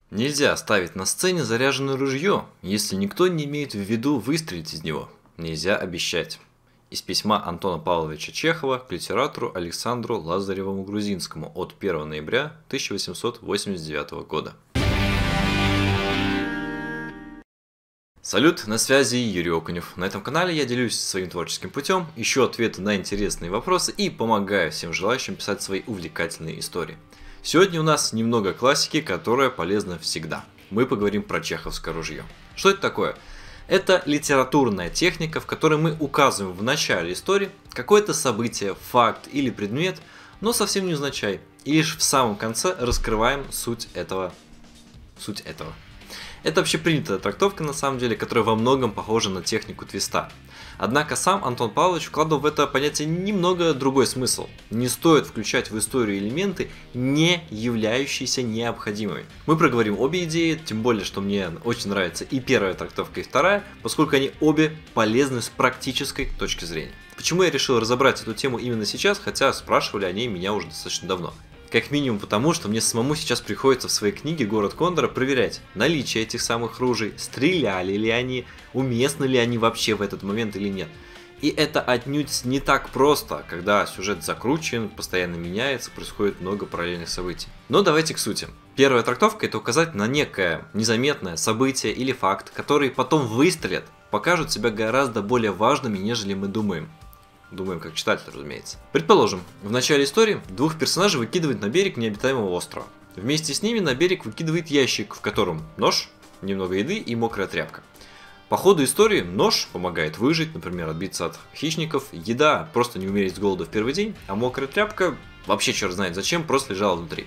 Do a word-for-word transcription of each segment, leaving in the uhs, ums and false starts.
Нельзя ставить на сцене заряженное ружье, если никто не имеет в виду выстрелить из него. Нельзя обещать. Из письма Антона Павловича Чехова к литератору Александру Лазаревому Грузинскому от первого ноября тысяча восемьсот восемьдесят девятого года. Салют, на связи Юрий Окунев. На этом канале я делюсь своим творческим путем, ищу ответы на интересные вопросы и помогаю всем желающим писать свои увлекательные истории. Сегодня у нас немного классики, которая полезна всегда. Мы поговорим про чеховское ружье. Что это такое? Это литературная техника, в которой мы указываем в начале истории какое-то событие, факт или предмет, но совсем невзначай, и лишь в самом конце раскрываем суть этого. Суть этого. Это общепринятая трактовка, на самом деле, которая во многом похожа на технику твиста. Однако сам Антон Павлович вкладывал в это понятие немного другой смысл. Не стоит включать в историю элементы, не являющиеся необходимыми. Мы проговорим обе идеи, тем более, что мне очень нравится и первая трактовка, и вторая, поскольку они обе полезны с практической точки зрения. Почему я решил разобрать эту тему именно сейчас, хотя спрашивали о ней меня уже достаточно давно. Как минимум потому, что мне самому сейчас приходится в своей книге «Город Кондора» проверять наличие этих самых ружей, стреляли ли они, уместны ли они вообще в этот момент или нет. И это отнюдь не так просто, когда сюжет закручен, постоянно меняется, происходит много параллельных событий. Но давайте к сути. Первая трактовка – это указать на некое незаметное событие или факт, которые потом выстрелят, покажут себя гораздо более важными, нежели мы думаем. Думаем, как читатель, разумеется. Предположим, в начале истории двух персонажей выкидывает на берег необитаемого острова. Вместе с ними на берег выкидывает ящик, в котором нож, немного еды и мокрая тряпка. По ходу истории нож помогает выжить, например, отбиться от хищников, еда просто не умереть с голода в первый день, а мокрая тряпка вообще черт знает зачем, просто лежала внутри.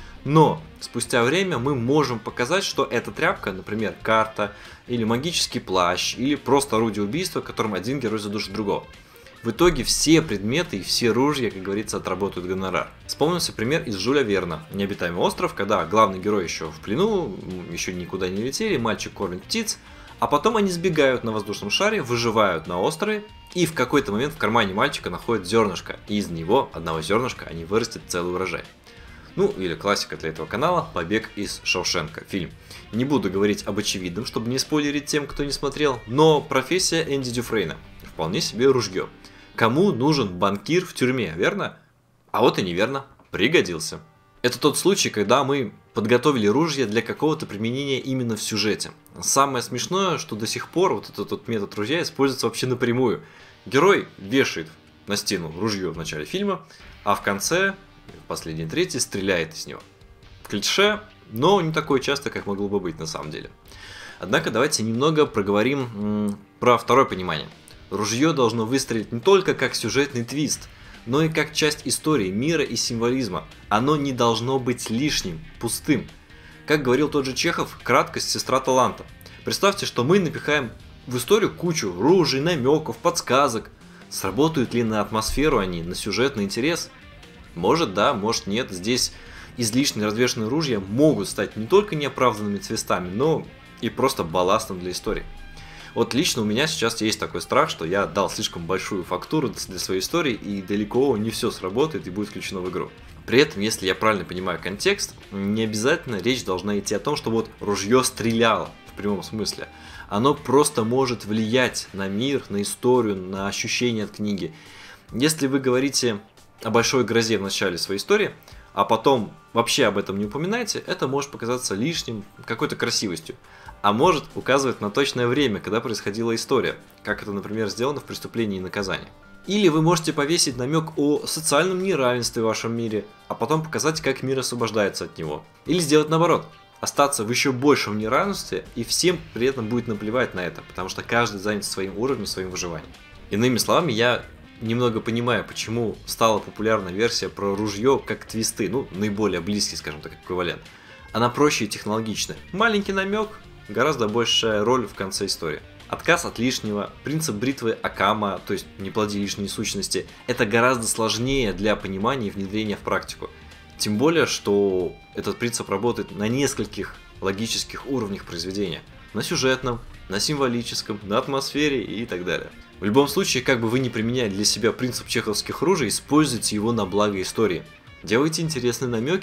Но спустя время мы можем показать, что эта тряпка, например, карта, или магический плащ, или просто орудие убийства, которым один герой задушит другого. В итоге все предметы и все ружья, как говорится, отработают гонорар. Вспомнился пример из Жюля Верна «Необитаемый остров», когда главный герой еще в плену, еще никуда не летели, мальчик кормит птиц, а потом они сбегают на воздушном шаре, выживают на острове, и в какой-то момент в кармане мальчика находят зернышко, и из него, одного зернышка, они вырастят целый урожай. Ну, или классика для этого канала «Побег из Шоушенка» фильм. Не буду говорить об очевидном, чтобы не спойлерить тем, кто не смотрел, но профессия Энди Дюфрейна вполне себе ружье. Кому нужен банкир в тюрьме, верно? А вот и неверно, пригодился. Это тот случай, когда мы подготовили ружье для какого-то применения именно в сюжете. Самое смешное, что до сих пор вот этот вот метод ружья используется вообще напрямую. Герой вешает на стену ружье в начале фильма, а в конце, в последней трети, стреляет из него. Клише, но не такое часто, как могло бы быть на самом деле. Однако давайте немного проговорим м, про второе понимание. Ружье должно выстрелить не только как сюжетный твист, но и как часть истории, мира и символизма. Оно не должно быть лишним, пустым. Как говорил тот же Чехов, краткость – сестра таланта. Представьте, что мы напихаем в историю кучу ружей, намеков, подсказок. Сработают ли на атмосферу они, на сюжетный интерес? Может да, может нет. Здесь излишне развешенные ружья могут стать не только неоправданными твистами, но и просто балластом для истории. Вот лично у меня сейчас есть такой страх, что я дал слишком большую фактуру для своей истории и далеко не все сработает и будет включено в игру. При этом, если я правильно понимаю контекст, не обязательно речь должна идти о том, что вот ружье стреляло в прямом смысле. Оно просто может влиять на мир, на историю, на ощущения от книги. Если вы говорите о большой грозе в начале своей истории, а потом вообще об этом не упоминаете, это может показаться лишним, какой-то красивостью. А может указывать на точное время, когда происходила история, как это, например, сделано в «Преступлении и наказании». Или вы можете повесить намек о социальном неравенстве в вашем мире, а потом показать, как мир освобождается от него. Или сделать наоборот, остаться в еще большем неравенстве, и всем при этом будет наплевать на это, потому что каждый занят своим уровнем, своим выживанием. Иными словами, я немного понимаю, почему стала популярна версия про ружье как твисты, ну, наиболее близкий, скажем так, эквивалент. Она проще и технологичная. Маленький намек, гораздо большая роль в конце истории. Отказ от лишнего, принцип бритвы Акама, то есть не плоди лишние сущности, это гораздо сложнее для понимания и внедрения в практику. Тем более, что этот принцип работает на нескольких логических уровнях произведения. На сюжетном, на символическом, на атмосфере и так далее. В любом случае, как бы вы ни применяли для себя принцип чеховских ружей, используйте его на благо истории. Делайте интересные намеки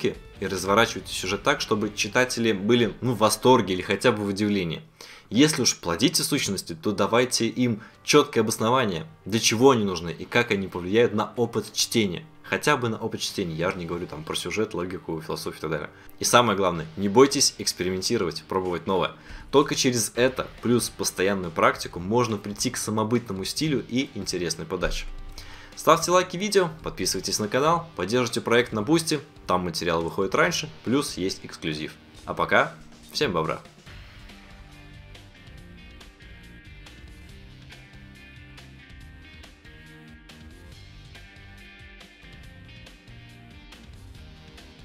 и разворачивайте сюжет так, чтобы читатели были ну, в восторге или хотя бы в удивлении. Если уж плодите сущности, то давайте им четкое обоснование, для чего они нужны и как они повлияют на опыт чтения. Хотя бы на опыт чтения, я же не говорю там про сюжет, логику, философию и так далее. И самое главное, не бойтесь экспериментировать, пробовать новое. Только через это, плюс постоянную практику, можно прийти к самобытному стилю и интересной подаче. Ставьте лайки видео, подписывайтесь на канал, поддержите проект на Бусти, там материал выходит раньше, плюс есть эксклюзив. А пока, всем бобра!